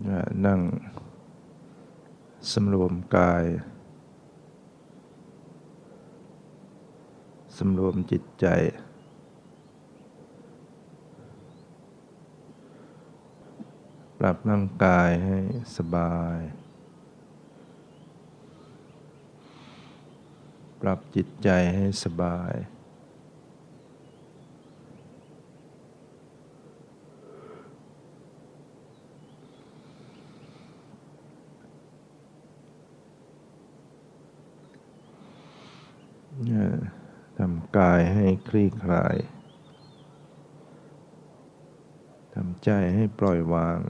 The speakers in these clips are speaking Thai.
นั่งสำรวมกายสำรวมจิตใจปรับร่างกายให้สบายปรับจิตใจให้สบายทำกายให้คลี่คลายทำใจให้ปล่อยวาง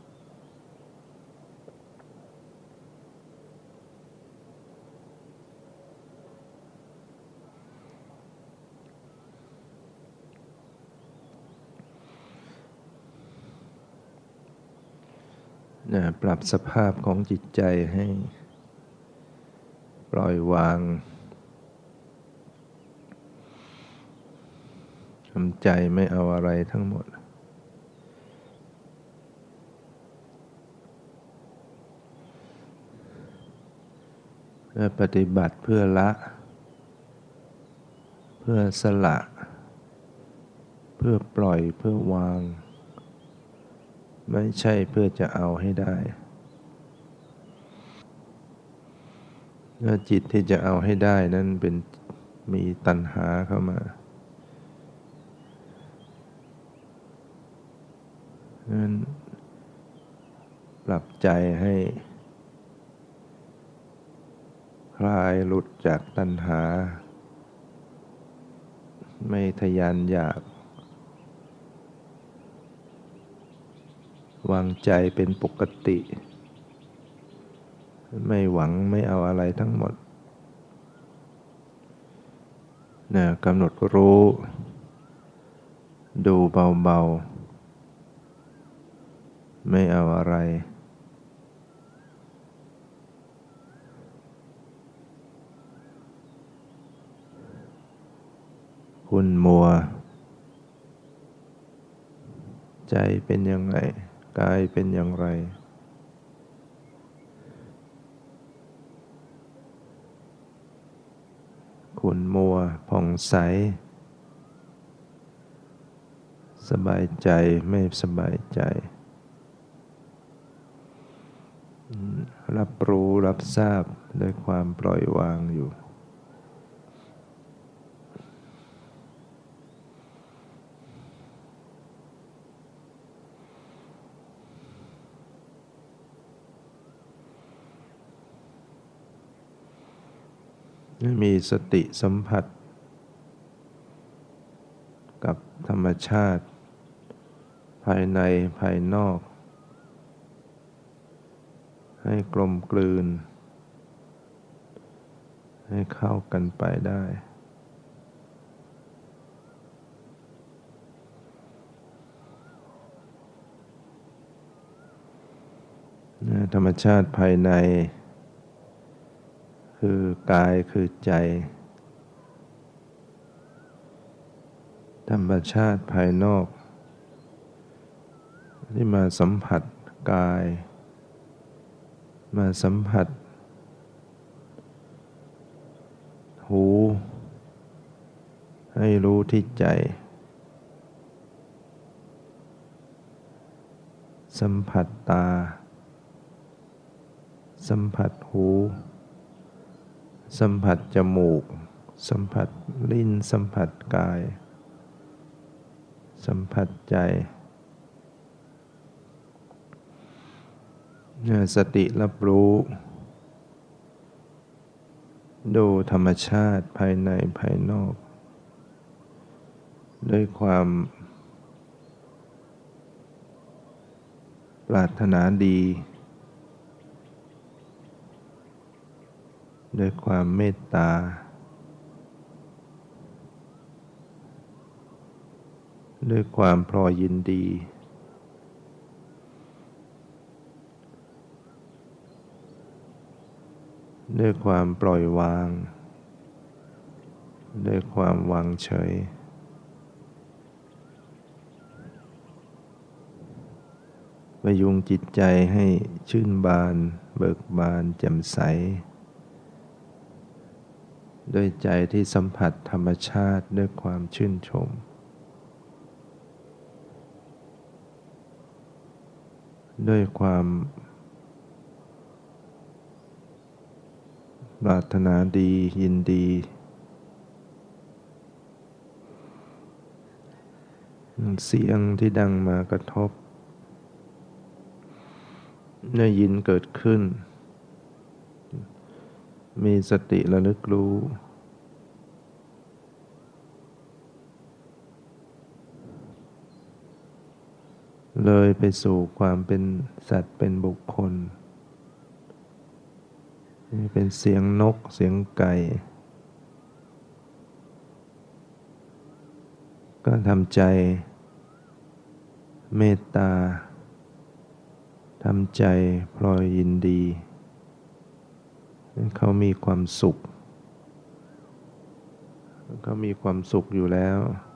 ปรับสภาพของจิตใจให้ปล่อยวางทำใจไม่เอาอะไรทั้งหมดเพื่อปฏิบัติเพื่อละเพื่อสละเพื่อปล่อยเพื่อวางไม่ใช่เพื่อจะเอาให้ได้จิตที่จะเอาให้ได้นั้นเป็นมีตัณหาเข้ามานั้นปรับใจให้คลายหลุดจากตัณหาไม่ทะยานอยากวางใจเป็นปกติไม่หวังไม่เอาอะไรทั้งหมดกำหนดรู้ดูเบาๆไม่เอาอะไรขุ่นมัวใจเป็นยังไงกายเป็นอย่างไรขุ่นมัวผ่องใสสบายใจไม่สบายใจรับรู้รับทราบด้วยความปล่อยวางอยู่มีสติสัมผัสกับธรรมชาติภายในภายนอกให้กลมกลืนให้เข้ากันไปได้ธรรมชาติภายในคือกายคือใจธรรมชาติภายนอกที่มาสัมผัสกายมาสัมผัสหูให้รู้ที่ใจสัมผัสตาสัมผัสหูสัมผัสจมูกสัมผัสลิ้นสัมผัสกายสัมผัสใจสติรับรู้ดูธรรมชาติภายในภายนอกด้วยความปรารถนาดีด้วยความเมตตาด้วยความพอยินดีด้วยความปล่อยวางด้วยความวางเฉยประยุงจิตใจให้ชื่นบานเบิกบานแจ่มใสด้วยใจที่สัมผัสธรรมชาติด้วยความชื่นชมด้วยความปรารถนาดียินดีเสียงที่ดังมากระทบได้ยินเกิดขึ้นมีสติระลึกรู้เลยไปสู่ความเป็นสัตว์เป็นบุคคลเป็นเสียงนกเสียงไก่ก็ทำใจเมตตาทำใจพลอยยินดีเขามีความสุขเขามีความสุขอยู่แล้ว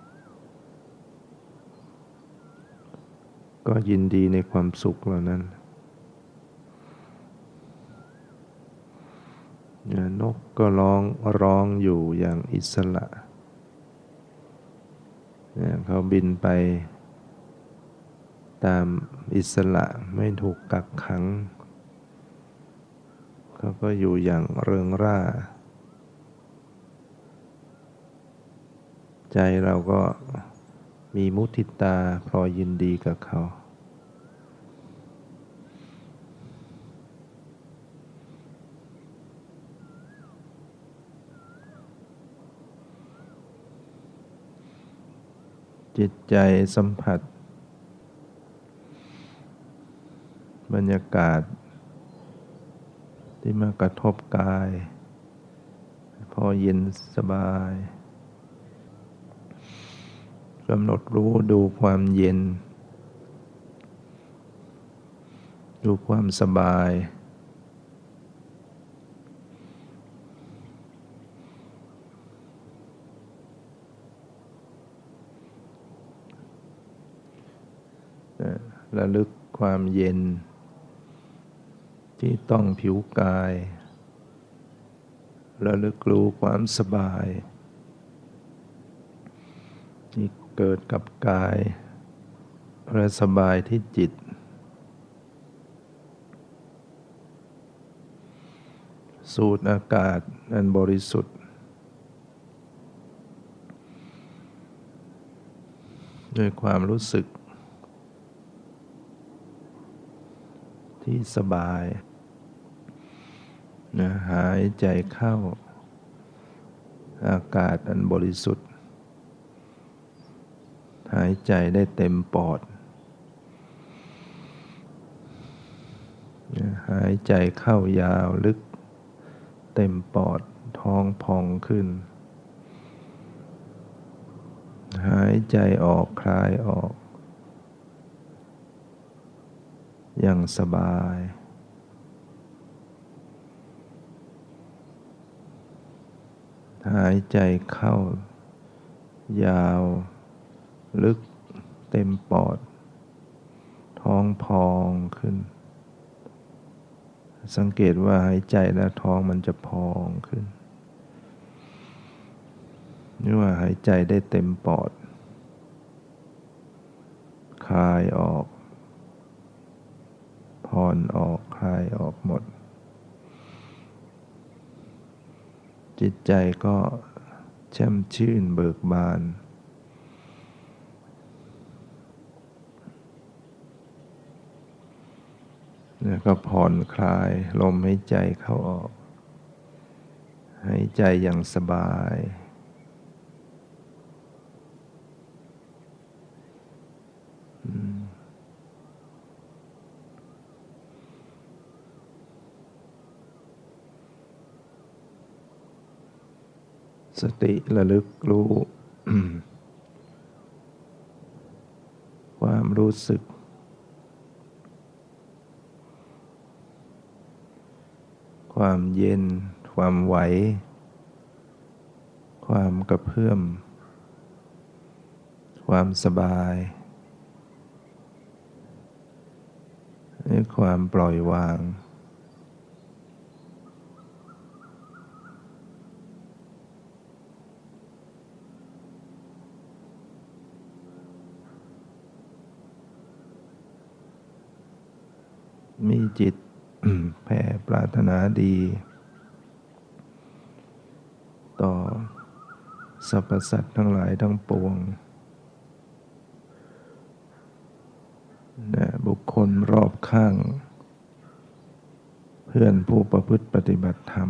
ก็ยินดีในความสุขเหล่านั้นนกก็ร้องอยู่อย่างอิสระเขาบินไปตามอิสระไม่ถูกกักขังเขาก็อยู่อย่างเริงร่าใจเราก็มีมุทิตาพลอยยินดีกับเขาจิตใจสัมผัสบรรยากาศที่มากระทบกายพอเย็นสบายกำหนดรู้ดูความเย็นดูความสบายระลึกความเย็นที่ต้องผิวกายระลึกรู้ความสบายที่เกิดกับกายและสบายที่จิตสูดอากาศอันบริสุทธิ์ด้วยความรู้สึกที่สบายหายใจเข้าอากาศอันบริสุทธิ์หายใจได้เต็มปอดหายใจเข้ายาวลึกเต็มปอดท้องพองขึ้นหายใจออกคลายออกอย่างสบายหายใจเข้ายาวลึกเต็มปอดท้องพองขึ้นสังเกตว่าหายใจแล้วท้องมันจะพองขึ้นนี่ว่าหายใจได้เต็มปอดคลายออกผ่อนออกคลายออกหมดจิตใจก็แช่มชื่นเบิกบานแล้วก็ผ่อนคลายลมหายใจเข้าออกหายใจอย่างสบายสติระลึกรู้ ความรู้สึกความเย็นความไหวความกระเพื่อมความสบายความปล่อยวางมีจิต แผ่ปรารถนาดีต่อสรรพสัตว์ทั้งหลายทั้งปวงบุคคลรอบข้างเพื่อนผู้ประพฤติปฏิบัติธรรม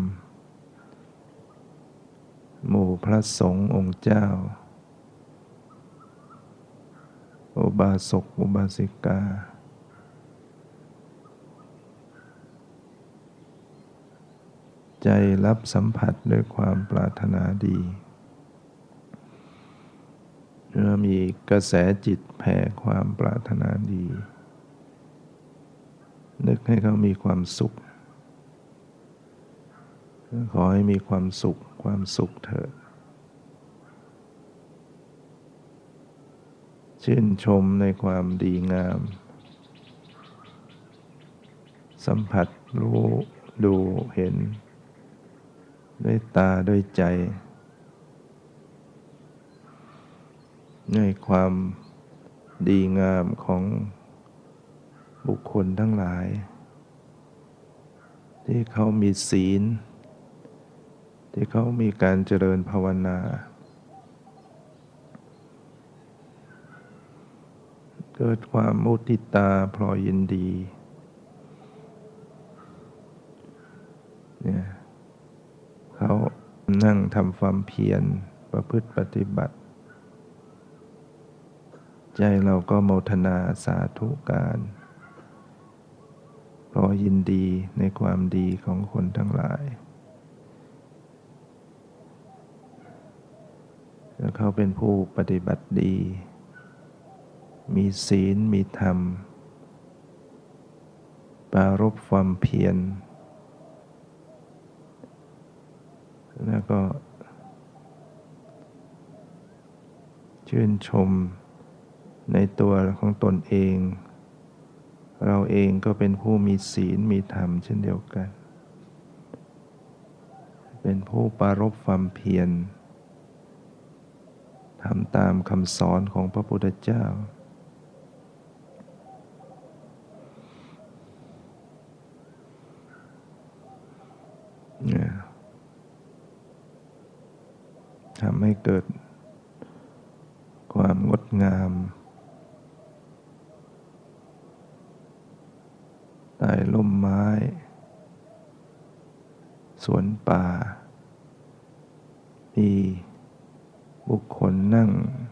หมู่พระสงฆ์องค์เจ้าอุบาสกอุบาสิกาใจรับสัมผัสด้วยความปรารถนาดีเมื่อมีกระแสจิตแผ่ความปรารถนาดีนึกให้เขามีความสุขขอให้มีความสุขความสุขเถิดชื่นชมในความดีงามสัมผัสรู้ดูเห็นด้วยตาด้วยใจในความดีงามของบุคคลทั้งหลายที่เขามีศีลที่เขามีการเจริญภาวนาเกิดความมุทิตาพลอยยินดีเนี่ยเขานั่งทำความเพียรประพฤติปฏิบัติใจเราก็โมทนาสาธุการพลอยยินดีในความดีของคนทั้งหลายแล้วเขาเป็นผู้ปฏิบัติดีมีศีลมีธรรมปรารภความเพียรแล้วก็ชื่นชมในตัวของตนเองเราเองก็เป็นผู้มีศีลมีธรรมเช่นเดียวกันเป็นผู้ปรารภความเพียรทำตามคำสอนของพระพุทธเจ้าทำให้เกิดความงดงามใต้ร่มไม้สวนป่ามีบุคคลนั่ง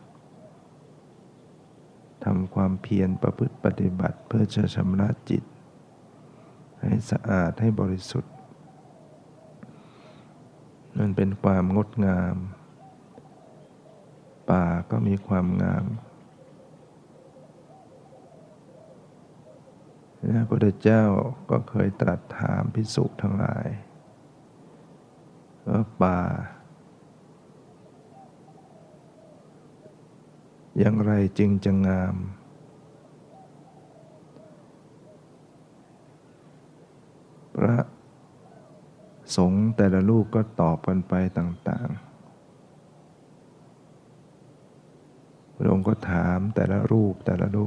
ทำความเพียรประพฤติปฏิบัติเพื่อจะชำระจิตให้สะอาดให้บริสุทธิ์นั่นเป็นความงดงามป่าก็มีความงามพระพุทธเจ้าก็เคยตรัสถามภิกษุทั้งหลายว่าป่าอย่างไรจึงจะงามพระสงฆ์แต่ละรูปก็ตอบกันไปต่างๆพระองค์ก็ถามแต่ละรูป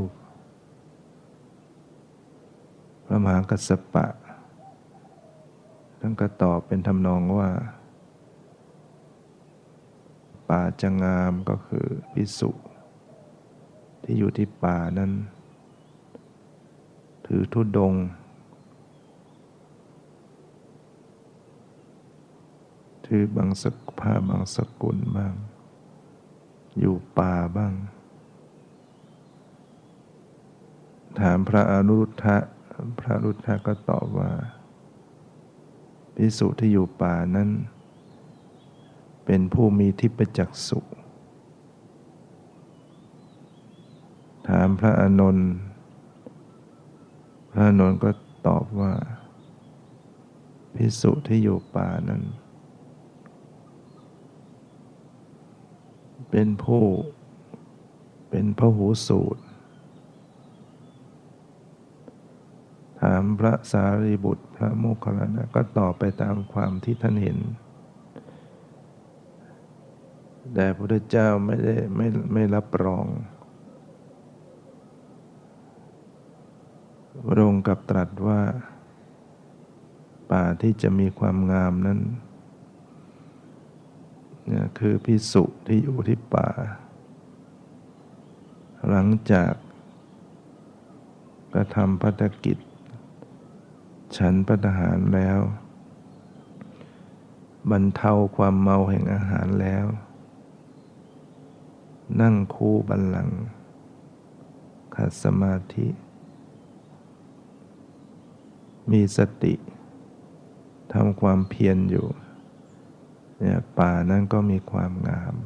พระมหากัสสปะท่านก็ตอบเป็นทำนองว่าป่าจะงามก็คือภิกษุที่อยู่ที่ป่านั้นถือธุดงค์ถือบางผ้าบางสกุลบ้างอยู่ป่าบ้างถามพระอนุรุทธะพระอนุรุทธะก็ตอบว่าภิกษุที่อยู่ป่านั้นเป็นผู้มีทิพจักษุถามพระอานนท์พระอานนท์ก็ตอบว่าภิกษุที่อยู่ป่านั้นเป็นพหูสูตรถามพระสารีบุตรพระโมคคัลลานะก็ตอบไปตามความที่ท่านเห็นแต่พระพุทธเจ้าไม่รับรองพระองค์กลับตรัสว่าป่าที่จะมีความงามนั้นเนี่ยคือภิกษุที่อยู่ที่ป่าหลังจากกระทำภัตกิจฉันภัตตาหารแล้วบรรเทาความเมาแห่งอาหารแล้วนั่งคูบัลลังก์ขัดสมาธิมีสติทำความเพียรอยู่เนี่ยป่านั้นก็มีความงาม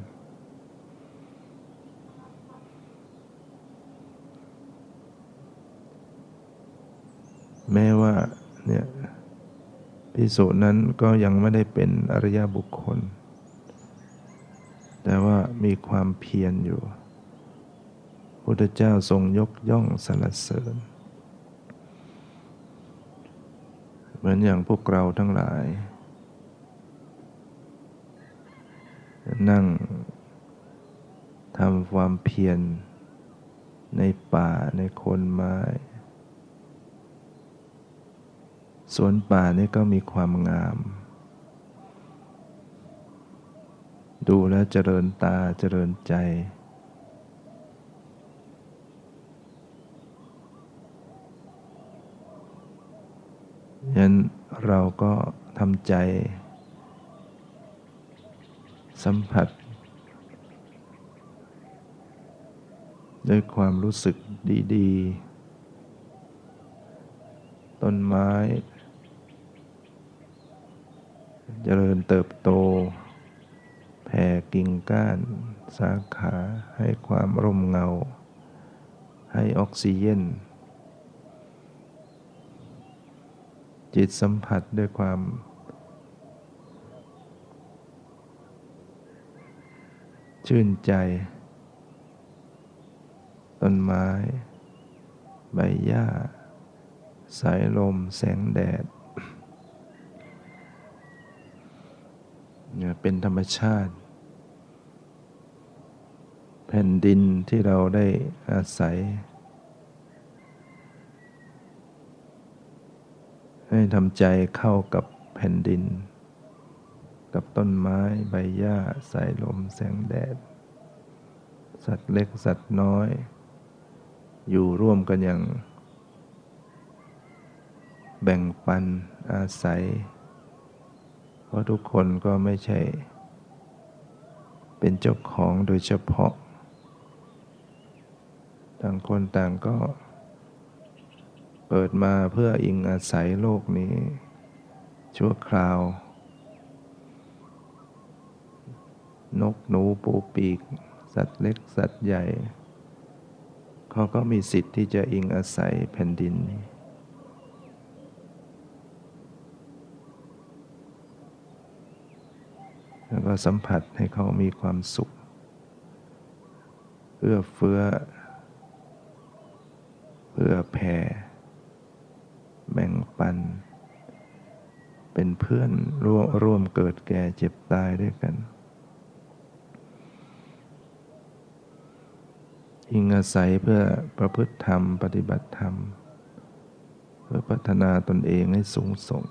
แม้ว่าเนี่ยภิกษุนั้นก็ยังไม่ได้เป็นอริยบุคคลแต่ว่ามีความเพียรอยู่พระพุทธเจ้าทรงยกย่องสรรเสริญเหมือนอย่างพวกเราทั้งหลายนั่งทำความเพียรในป่าในโคนไม้สวนป่านี่ก็มีความงามดูแล้วเจริญตาเจริญใจฉะนั้นเราก็ทำใจสัมผัสด้วยความรู้สึกดีๆต้นไม้เจริญเติบโตแผ่กิ่งก้านสาขาให้ความร่มเงาให้ออกซิเจนจิตสัมผัสด้วยความชื่นใจต้นไม้ใบหญ้าสายลมแสงแดดเป็นธรรมชาติแผ่นดินที่เราได้อาศัยให้ทำใจเข้ากับแผ่นดินกับต้นไม้ใบหญ้าสายลมแสงแดดสัตว์เล็กสัตว์น้อยอยู่ร่วมกันอย่างแบ่งปันอาศัยเพราะทุกคนก็ไม่ใช่เป็นเจ้าของโดยเฉพาะต่างคนต่างก็เกิดมาเพื่ออิงอาศัยโลกนี้ชั่วคราวนกหนูปูปีกสัตว์เล็กสัตว์ใหญ่เขาก็มีสิทธิ์ที่จะอิงอาศัยแผ่นดินนี้แล้วก็สัมผัสให้เขามีความสุขเอื้อเฟื้อแผ่แบ่งปันเป็นเพื่อนร่วมเกิดแก่เจ็บตายด้วยกันอิงอาศัยเพื่อประพฤติธรรมปฏิบัติธรรมเพื่อพัฒนาตนเองให้สูงส่ง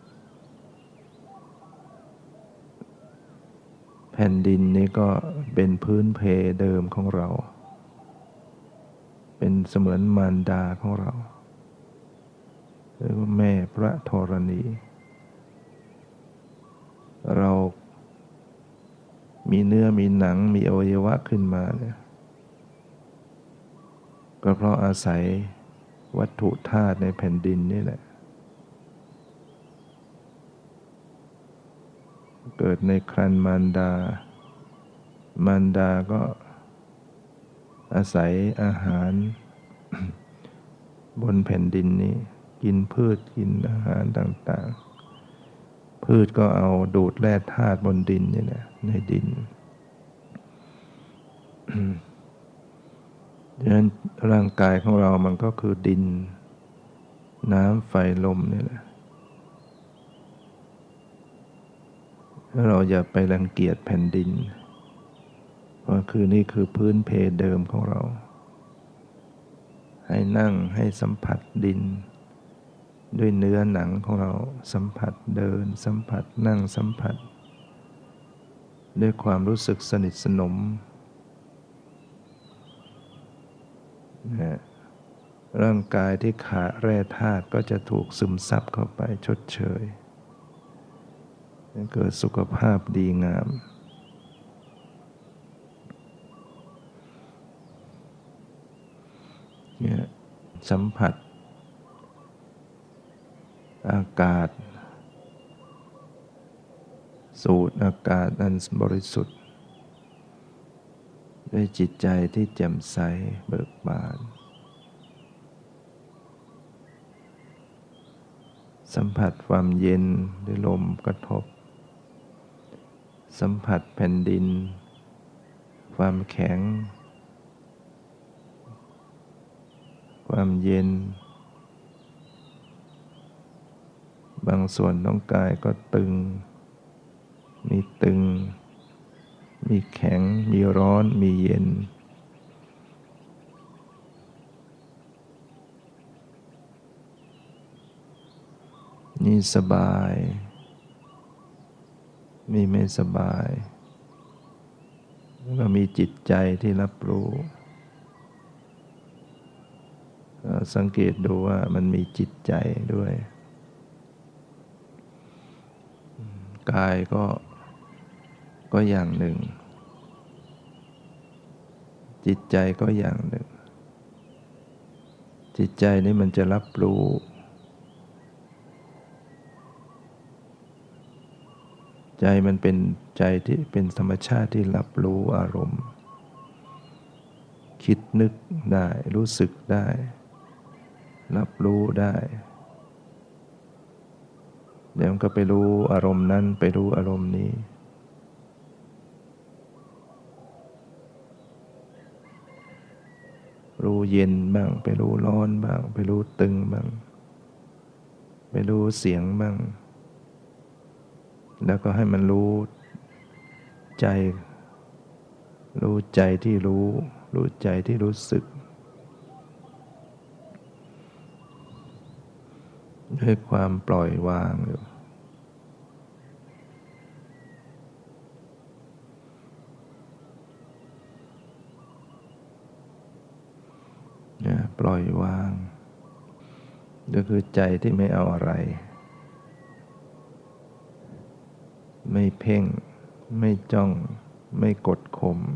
แผ่นดินนี้ก็เป็นพื้นเพเดิมของเราเป็นเสมือนมารดาของเราเรียกว่าแม่พระธรณีเรามีเนื้อมีหนังมีอวัยวะขึ้นมาเนี่ยก็เพราะอาศัยวัตถุธาตุในแผ่นดินนี่แหละเกิดในครรภ์มารดาก็อาศัยอาหาร บนแผ่นดินนี้กินพืชกินอาหารต่างๆพืชก็เอาดูดแร่ธาตุบนดินนี่แหละในดิน ดังนั้นร่างกายของเรามันก็คือดินน้ำไฟลมนี่แหละแล้วเราอย่าไปรังเกียจแผ่นดินเพราะนี่คือพื้นเพเดิมของเราให้นั่งให้สัมผัสดินด้วยเนื้อหนังของเราสัมผัสเดินสัมผัสนั่งสัมผัสด้วยความรู้สึกสนิทสนมนะร่างกายที่ขาดแร่ธาตุก็จะถูกซึมซับเข้าไปชดเชยเกิดสุขภาพดีงามเนี่ยสัมผัสอากาศสูดอากาศอันบริสุทธิ์ด้วยจิตใจที่แจ่มใสเบิกบานสัมผัสความเย็นด้วยลมกระทบสัมผัสแผ่นดินความแข็งความเย็นบางส่วนของกายก็ตึงมีแข็งมีร้อนมีเย็นนี่สบายมีไม่สบายก็มีจิตใจที่รับรู้สังเกตดูว่ามันมีจิตใจด้วยกายก็อย่างหนึ่งจิตใจก็อย่างหนึ่งจิตใจนี่มันจะรับรู้ใจมันเป็นใจที่เป็นธรรมชาติที่รับรู้อารมณ์คิดนึกได้รู้สึกได้รับรู้ได้เดี๋ยวมันก็ไปรู้อารมณ์นั้นไปรู้อารมณ์นี้รู้เย็นบ้างไปรู้ร้อนบ้างไปรู้ตึงบ้างไปรู้เสียงบ้างแล้วก็ให้มันรู้ใจที่รู้ใจที่รู้สึกด้วยความปล่อยวางอยู่ปล่อยวางก็คือใจที่ไม่เอาอะไรไม่เพ่งไม่จ้องไม่กดข่ม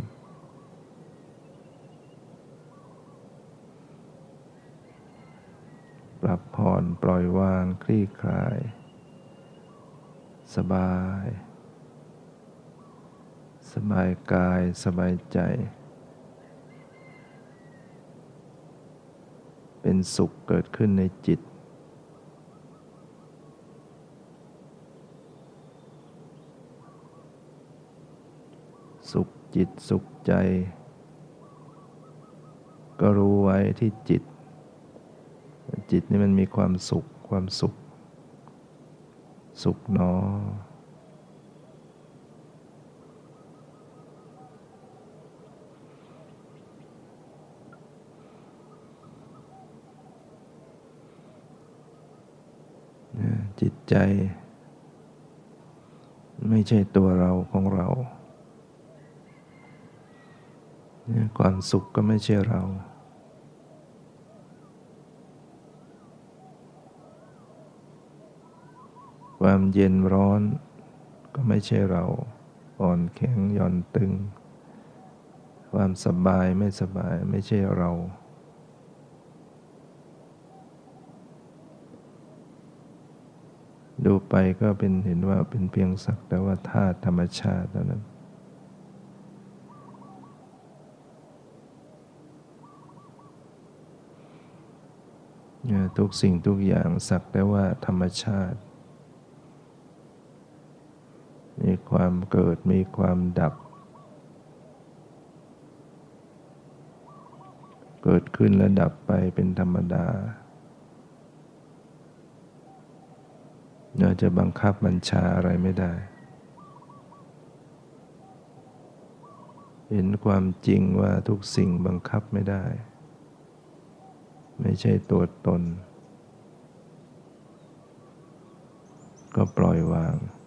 ปรับผ่อนปล่อยวางคลี่คลายสบายกายสบายใจเป็นสุขเกิดขึ้นในจิตสุขจิตสุขใจก็รู้ไว้ที่จิตนี่มันมีความสุขสุขหนอจิตใจไม่ใช่ตัวเราของเราความสุขก็ไม่ใช่เราความเย็นร้อนก็ไม่ใช่เราอ่อนแข็งหย่อนตึงความสบายไม่สบายไม่ใช่เราดูไปก็เห็นว่าเป็นเพียงสักแต่ว่าธาตุธรรมชาติเท่านั้นทุกสิ่งทุกอย่างสักแต่ว่าธรรมชาติมีความเกิดมีความดับเกิดขึ้นและดับไปเป็นธรรมดาเราจะบังคับบัญชาอะไรไม่ได้เห็นความจริงว่าทุกสิ่งบังคับไม่ได้ไม่ใช่ตัวตนก็ปล่อยวาง